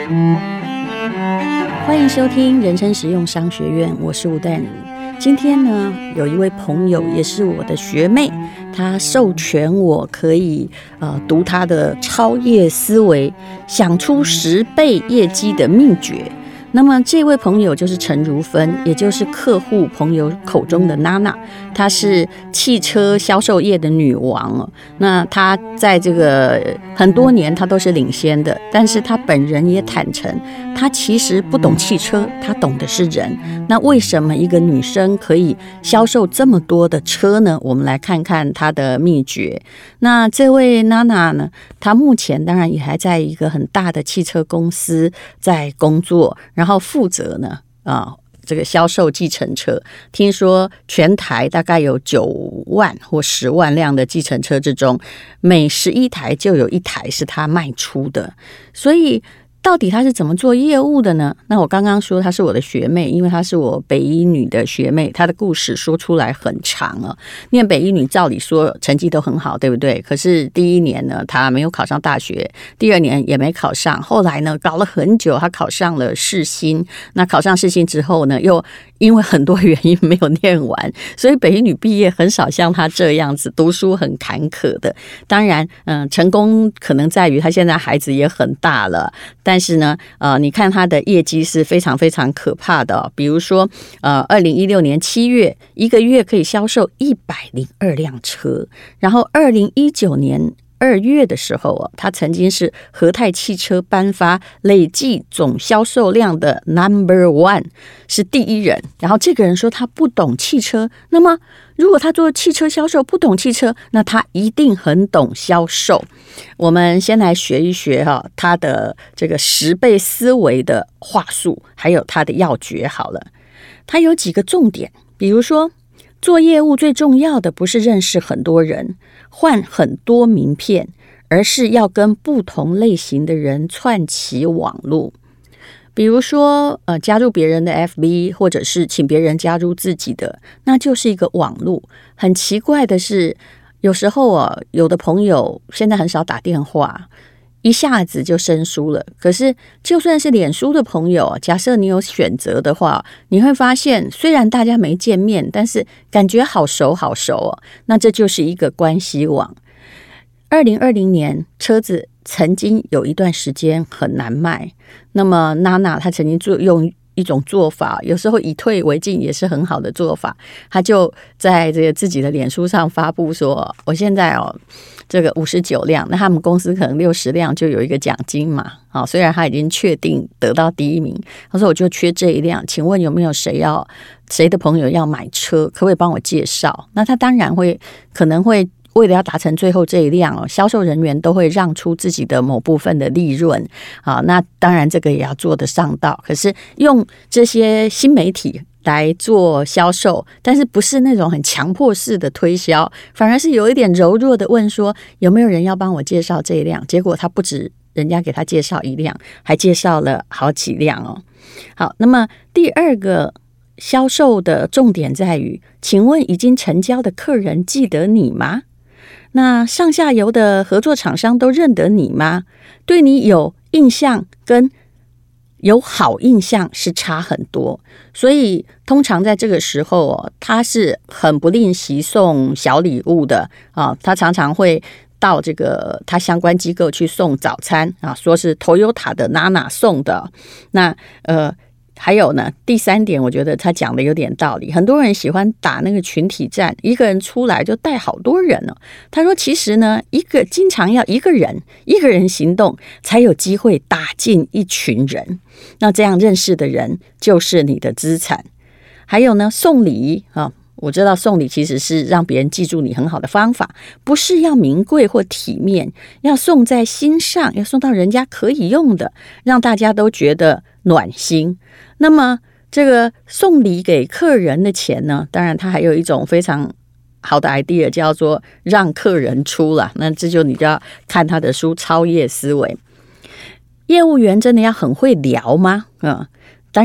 欢迎收听人生实用商学院，我是吴淡如。今天呢，有一位朋友也是我的学妹，她授权我可以读她的超业思维，想出10倍业绩的秘诀。那么这位朋友就是陈如芬，也就是客户朋友口中的娜娜，她是汽车销售业的女王。那她在这个很多年她都是领先的，但是她本人也坦诚，她其实不懂汽车，她懂的是人。那为什么一个女生可以销售这么多的车呢？我们来看看她的秘诀。那这位娜娜呢，她目前当然也还在一个很大的汽车公司在工作，然后负责呢这个销售计程车。听说全台大概有9万或10万辆的计程车之中，每11台就有1台是他卖出的。所以到底他是怎么做业务的呢？那我刚刚说她是我的学妹，因为她是我北一女的学妹，她的故事说出来很长念北一女照理说成绩都很好，对不对？可是第1年呢，她没有考上大学，第2年也没考上，后来呢，搞了很久，她考上了世新。那考上世新之后呢，又因为很多原因没有念完，所以北一女毕业很少像她这样子读书很坎坷的。当然成功可能在于她现在孩子也很大了，但是呢你看她的业绩是非常非常可怕的比如说2016年7月一个月可以销售102辆车，然后2019年2月的时候他曾经是和泰汽车颁发累计总销售量的 No.1， 是第1人。然后这个人说他不懂汽车，那么如果他做汽车销售不懂汽车，那他一定很懂销售。我们先来学一学他的这个10倍思维的话术，还有他的要诀好了。他有几个重点，比如说做业务最重要的不是认识很多人，换很多名片，而是要跟不同类型的人串起网路。比如说加入别人的 FB， 或者是请别人加入自己的，那就是一个网路。很奇怪的是，有时候有的朋友现在很少打电话，一下子就生疏了。可是就算是脸书的朋友，假设你有选择的话，你会发现虽然大家没见面，但是感觉好熟好熟那这就是一个关系网。2020年车子曾经有一段时间很难卖，那么娜娜她曾经用一种做法，有时候以退为进也是很好的做法。她就在这个自己的脸书上发布说，我现在这个59辆，那他们公司可能60辆就有一个奖金嘛。虽然他已经确定得到第1名，他说我就缺这1辆，请问有没有谁的朋友要买车，可不可以帮我介绍？那他当然可能会为了要达成最后这1辆销售人员都会让出自己的某部分的利润那当然这个也要做得上道。可是用这些新媒体来做销售，但是不是那种很强迫式的推销，反而是有一点柔弱的问说有没有人要帮我介绍这1辆，结果他不止人家给他介绍1辆，还介绍了好几辆好，那么第2个销售的重点在于，请问已经成交的客人记得你吗？那上下游的合作厂商都认得你吗？对你有印象跟有好印象是差很多，所以通常在这个时候他是很不吝惜送小礼物的他常常会到这个他相关机构去送早餐说是 Toyota 的娜娜送的。那还有呢，第3点我觉得他讲的有点道理，很多人喜欢打那个群体战，一个人出来就带好多人他说其实呢，经常要一个人行动才有机会打进一群人，那这样认识的人就是你的资产。还有呢，送礼我知道送礼其实是让别人记住你很好的方法，不是要名贵或体面，要送在心上，要送到人家可以用的，让大家都觉得暖心。那么这个送礼给客人的钱呢，当然它还有一种非常好的 idea 叫做让客人出啦，那这就你就要看他的书超业思维。业务员真的要很会聊吗？当然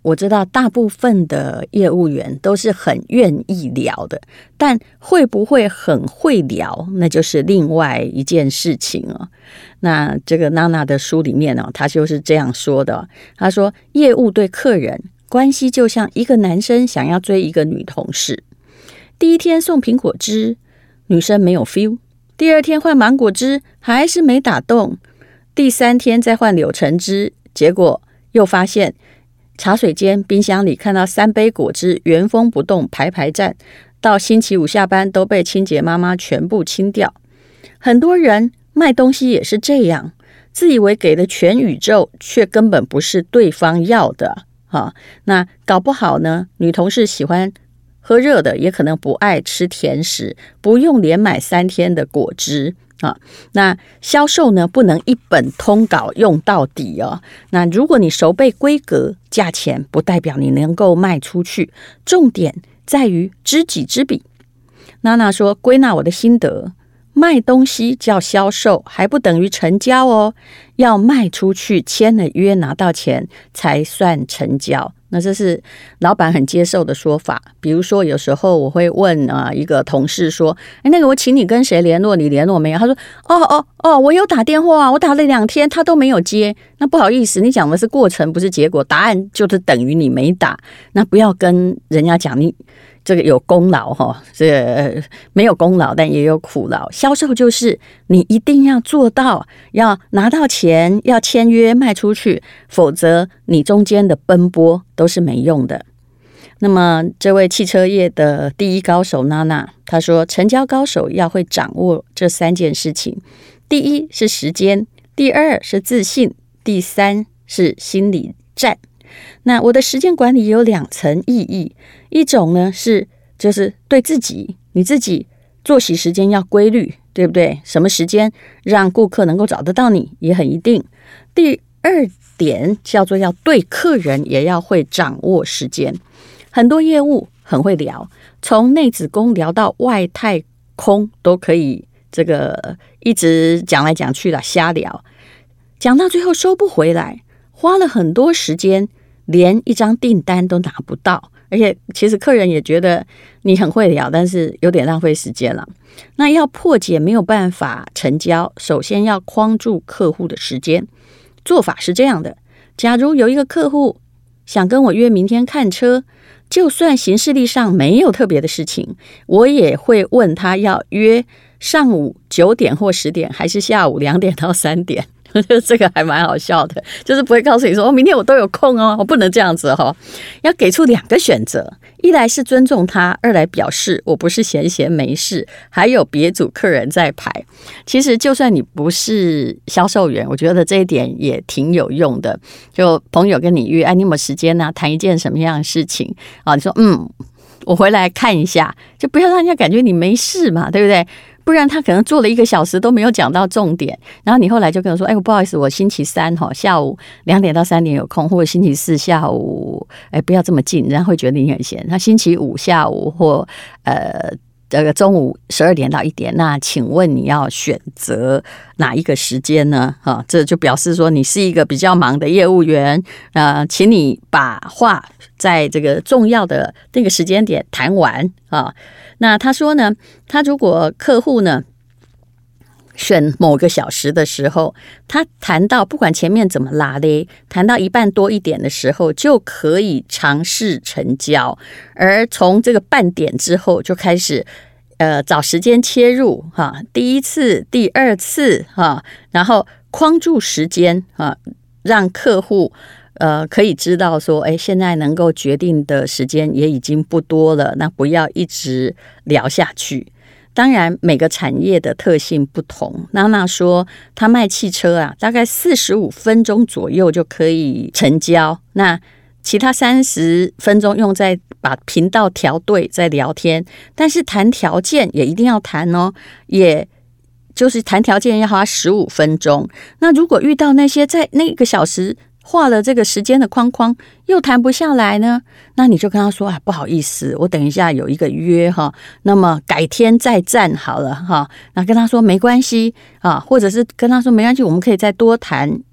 我知道大部分的业务员都是很愿意聊的，但会不会很会聊，那就是另外一件事情哦。那这个娜娜的书里面他就是这样说的，他说业务对客人关系就像一个男生想要追一个女同事，第一天送苹果汁，女生没有 feel， 第二天换芒果汁还是没打动，第三天再换柳橙汁，结果又发现茶水间冰箱里看到3杯果汁原封不动排站，到星期五下班都被清洁妈妈全部清掉。很多人卖东西也是这样，自以为给了全宇宙，却根本不是对方要的那搞不好呢，女同事喜欢喝热的，也可能不爱吃甜食，不用连买3天的果汁那销售呢，不能一本通稿用到底那如果你熟背规格，价钱不代表你能够卖出去，重点在于知己知彼。娜娜说，归纳我的心得，卖东西叫销售，还不等于成交要卖出去，签了约，拿到钱才算成交。那这是老板很接受的说法。比如说有时候我会问一个同事说，那个我请你跟谁联络，你联络没有？他说我有打电话我打了2天他都没有接。那不好意思，你讲的是过程不是结果，答案就是等于你没打。那不要跟人家讲你这个有功劳这个没有功劳但也有苦劳。销售就是你一定要做到，要拿到钱，要签约卖出去，否则你中间的奔波都是没用的。那么这位汽车业的第一高手娜娜，她说成交高手要会掌握这3件事情，第一是时间，第二是自信，第三是心理战。那我的时间管理有2层意义，一种呢就是对自己，你自己作息时间要规律，对不对？什么时间让顾客能够找得到你也很一定。第二点叫做要对客人也要会掌握时间。很多业务很会聊，从内子宫聊到外太空都可以，这个一直讲来讲去啦，瞎聊，讲到最后收不回来，花了很多时间，连一张订单都拿不到，而且其实客人也觉得你很会聊，但是有点浪费时间了。那要破解没有办法成交，首先要框住客户的时间。做法是这样的，假如有一个客户想跟我约明天看车，就算行事历上没有特别的事情，我也会问他要约上午9点或10点，还是下午2点到3点。这个还蛮好笑的，就是不会告诉你说明天我都有空我不能这样子要给出2个选择，一来是尊重他，二来表示我不是闲没事，还有别组客人在排。其实就算你不是销售员，我觉得这一点也挺有用的。就朋友跟你约，你有没有时间谈一件什么样的事情你说我回来看一下，就不要让人家感觉你没事嘛，对不对？不然他可能做了1个小时都没有讲到重点，然后你后来就跟我说，不好意思，我星期3下午2点到3点有空，或者星期4下午不要这么近，人家会觉得你很闲。他星期5下午或中午12点到1点，那请问你要选择哪一个时间呢？这就表示说你是一个比较忙的业务员，请你把话在这个重要的那个时间点谈完那他说呢，他如果客户呢选某个小时的时候，他谈到不管前面怎么拉嘞，谈到1半多1点的时候，就可以尝试成交。而从这个半点之后，就开始找时间切入第1次、第2次然后框住时间让客户可以知道说，现在能够决定的时间也已经不多了，那不要一直聊下去。当然每个产业的特性不同，娜娜说她卖汽车大概45分钟左右就可以成交，那其他30分钟用在把频道调对，在聊天。但是谈条件也一定要谈也就是谈条件要花15分钟。那如果遇到那些在那个小时画了这个时间的框框又谈不下来呢，那你就跟他说不好意思，我等一下有一个约那么改天再战好了那跟他说没关系或者是跟他说没关系，我们可以再多谈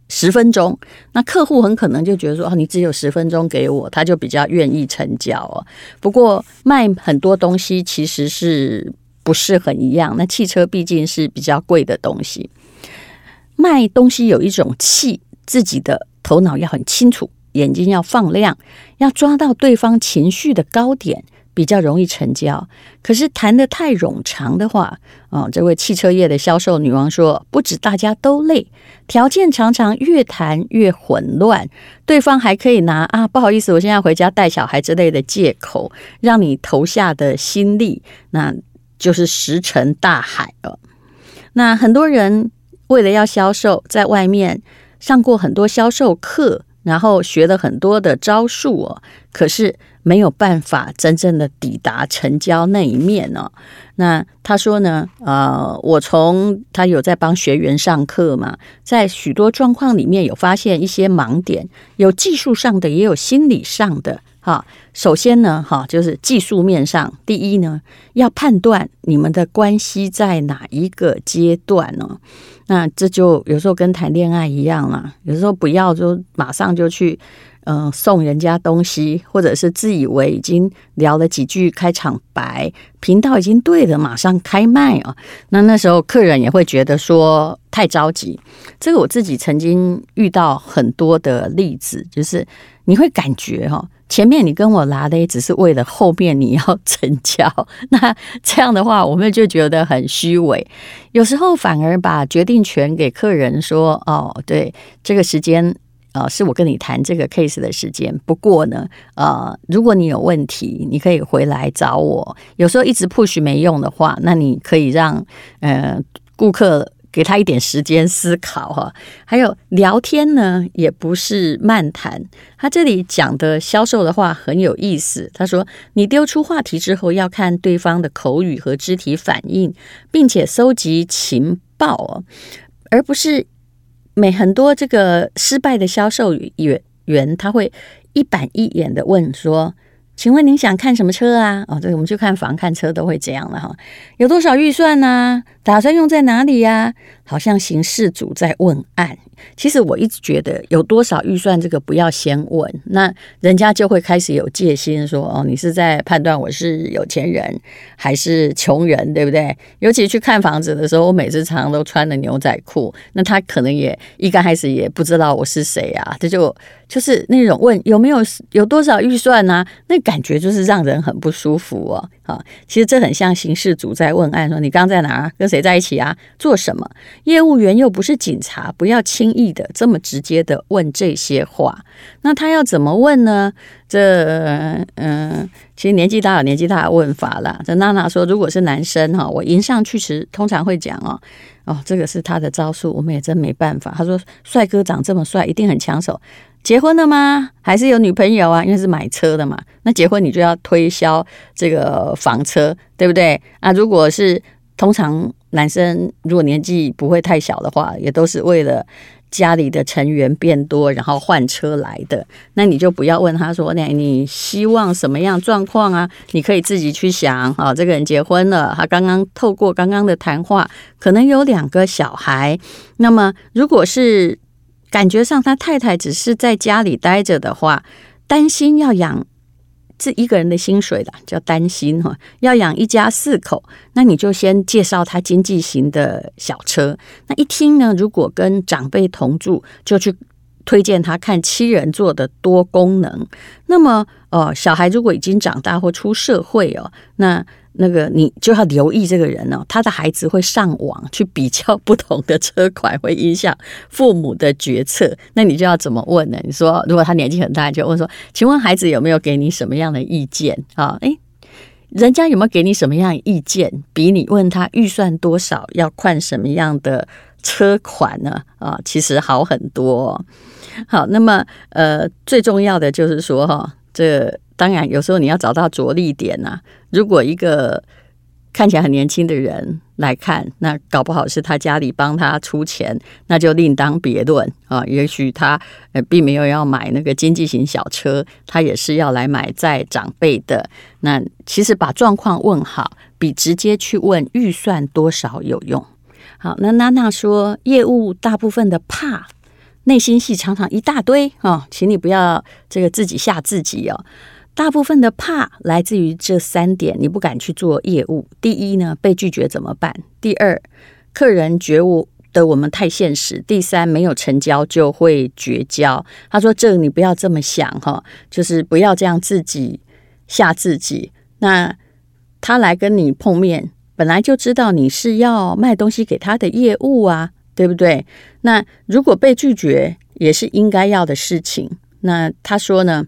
10分钟，那客户很可能就觉得说，你只有10分钟给我，他就比较愿意成交哦。不过卖很多东西其实是不是很一样？那汽车毕竟是比较贵的东西，卖东西有一种气，自己的头脑要很清楚，眼睛要放亮，要抓到对方情绪的高点，比较容易成交。可是谈得太冗长的话，这位汽车业的销售女王说，不止大家都累，条件常常越谈越混乱，对方还可以拿不好意思，我现在回家带小孩之类的借口，让你投下的心力，那就是石沉大海了。那很多人为了要销售，在外面上过很多销售课，然后学了很多的招数可是没有办法真正的抵达成交那一面那他说呢，他有在帮学员上课嘛，在许多状况里面有发现一些盲点，有技术上的，也有心理上的。首先呢，就是技术面上，第一呢，要判断你们的关系在哪一个阶段呢？那这就有时候跟谈恋爱一样啦，有时候不要就马上就去送人家东西，或者是自以为已经聊了几句开场白，频道已经对了，马上开卖那时候客人也会觉得说太着急。这个我自己曾经遇到很多的例子，就是你会感觉前面你跟我拉的只是为了后面你要成交，那这样的话我们就觉得很虚伪。有时候反而把决定权给客人说，对，这个时间是我跟你谈这个 case 的时间，不过呢如果你有问题你可以回来找我。有时候一直 push 没用的话，那你可以让顾客给他一点时间思考还有聊天呢，也不是漫谈。他这里讲的销售的话很有意思，他说你丢出话题之后，要看对方的口语和肢体反应，并且搜集情报而不是很多这个失败的销售员他会一板一眼的问说，请问您想看什么车啊？这个我们去看房看车都会这样了有多少预算啊？打算用在哪里啊？好像刑事组在问案。其实我一直觉得有多少预算这个不要先问，那人家就会开始有戒心说你是在判断我是有钱人还是穷人，对不对？尤其去看房子的时候，我每次常常都穿了牛仔裤，那他可能也一刚开始也不知道我是谁这就是那种问有多少预算啊，那感觉就是让人很不舒服其实这很像刑事组在问案，说你刚在哪儿，跟谁在一起啊，做什么？业务员又不是警察，不要轻易的这么直接的问这些话。那他要怎么问呢？其实年纪大有年纪大的问法啦。这娜娜说，如果是男生我迎上去时通常会讲这个是他的招数，我们也真没办法。他说帅哥长这么帅，一定很抢手。结婚了吗？还是有女朋友啊？因为是买车的嘛，那结婚你就要推销这个房车，对不对如果是通常男生如果年纪不会太小的话，也都是为了家里的成员变多然后换车来的，那你就不要问他说你希望什么样状况啊？你可以自己去想这个人结婚了，他刚刚透过刚刚的谈话可能有2个小孩，那么如果是感觉上他太太只是在家里待着的话，担心要养这一个人的薪水啦，叫担心要养一家4口，那你就先介绍他经济型的小车。那一听呢，如果跟长辈同住，就去推荐他看7人座的多功能。那么小孩如果已经长大或出社会那个你就要留意这个人他的孩子会上网去比较不同的车款，会影响父母的决策。那你就要怎么问呢？你说如果他年纪很大，就问说，请问孩子有没有给你什么样的意见人家有没有给你什么样的意见，比你问他预算多少，要换什么样的车款呢其实好很多好，那么最重要的就是说这当然有时候你要找到着力点如果一个看起来很年轻的人来看，那搞不好是他家里帮他出钱，那就另当别论也许他并没有要买那个经济型小车，他也是要来买载长辈的。那其实把状况问好，比直接去问预算多少有用。好，那娜娜说业务大部分的怕， 内心戏常常一大堆请你不要这个自己吓自己大部分的怕来自于这3点，你不敢去做业务。第一呢，被拒绝怎么办？第二，客人觉得我们太现实。第三，没有成交就会绝交。他说这个你不要这么想就是不要这样自己吓自己。那他来跟你碰面，本来就知道你是要卖东西给他的业务啊，对不对？那如果被拒绝也是应该要的事情。那他说呢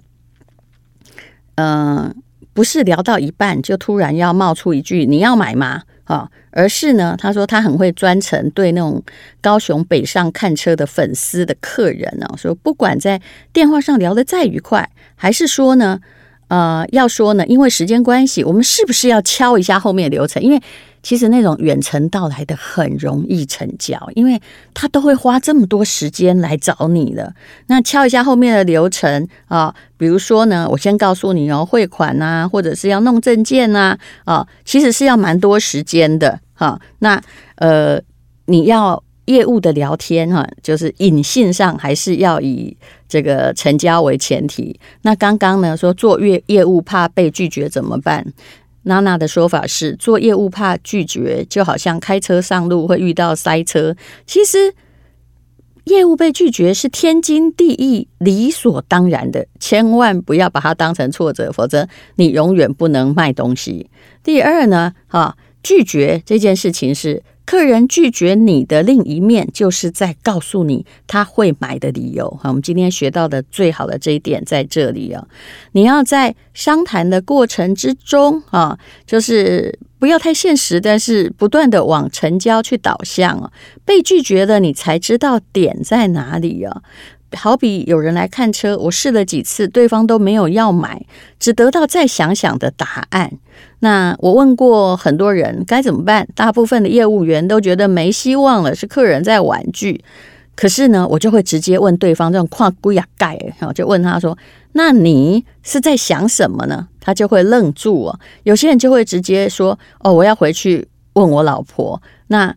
不是聊到一半就突然要冒出一句你要买吗而是呢，他说他很会专程对那种高雄北上看车的粉丝的客人说不管在电话上聊得再愉快，还是说呢要说呢，因为时间关系，我们是不是要敲一下后面的流程？因为其实那种远程到来的很容易成交，因为他都会花这么多时间来找你了。那敲一下后面的流程比如说呢，我先告诉你汇款啊，或者是要弄证件啊其实是要蛮多时间的那你要业务的聊天就是隐性上还是要以这个成交为前提。那刚刚呢说做业务怕被拒绝怎么办？娜娜的说法是，做业务怕拒绝就好像开车上路会遇到塞车，其实业务被拒绝是天经地义理所当然的，千万不要把它当成挫折，否则你永远不能卖东西。第二呢拒绝这件事情是客人拒绝你的另一面，就是在告诉你他会买的理由。我们今天学到的最好的这一点在这里你要在商谈的过程之中就是不要太现实，但是不断的往成交去导向被拒绝了你才知道点在哪里好比有人来看车，我试了几次，对方都没有要买，只得到再想想的答案。那我问过很多人该怎么办，大部分的业务员都觉得没希望了，是客人在婉拒。可是呢，我就会直接问对方这种跨龟呀盖，就问他说：“那你是在想什么呢？”他就会愣住有些人就会直接说：“我要回去问我老婆。”那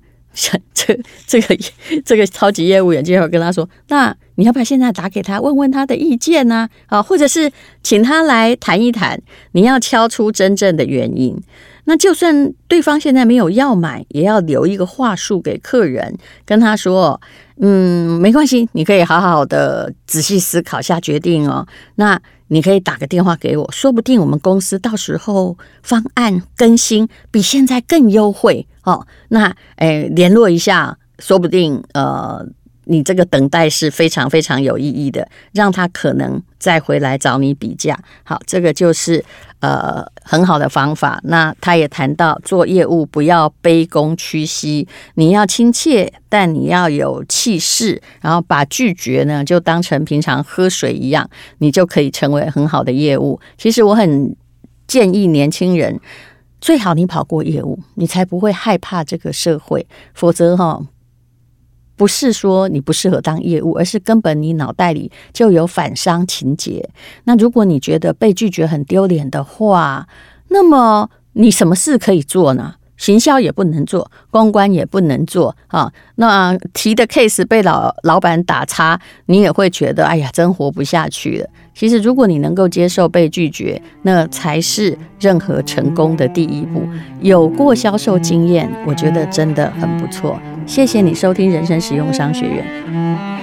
这个超级业务员就会跟他说：“那你要不要现在打给他问问他的意见呢？或者是请他来谈一谈，你要敲出真正的原因。那就算对方现在没有要买，也要留一个话术给客人，跟他说没关系，你可以好好的仔细思考下决定那你可以打个电话给我，说不定我们公司到时候方案更新比现在更优惠那联络一下，说不定你这个等待是非常非常有意义的，让他可能再回来找你比价。好，这个就是很好的方法。那他也谈到做业务不要卑躬屈膝，你要亲切，但你要有气势，然后把拒绝呢就当成平常喝水一样，你就可以成为很好的业务。其实我很建议年轻人，最好你跑过业务，你才不会害怕这个社会，否则不是说你不适合当业务，而是根本你脑袋里就有反商情节。那如果你觉得被拒绝很丢脸的话，那么你什么事可以做呢？行销也不能做，公关也不能做那提的 case 被老板打叉，你也会觉得哎呀真活不下去了。其实如果你能够接受被拒绝，那才是任何成功的第一步。有过销售经验，我觉得真的很不错。谢谢你收听人生实用商学院。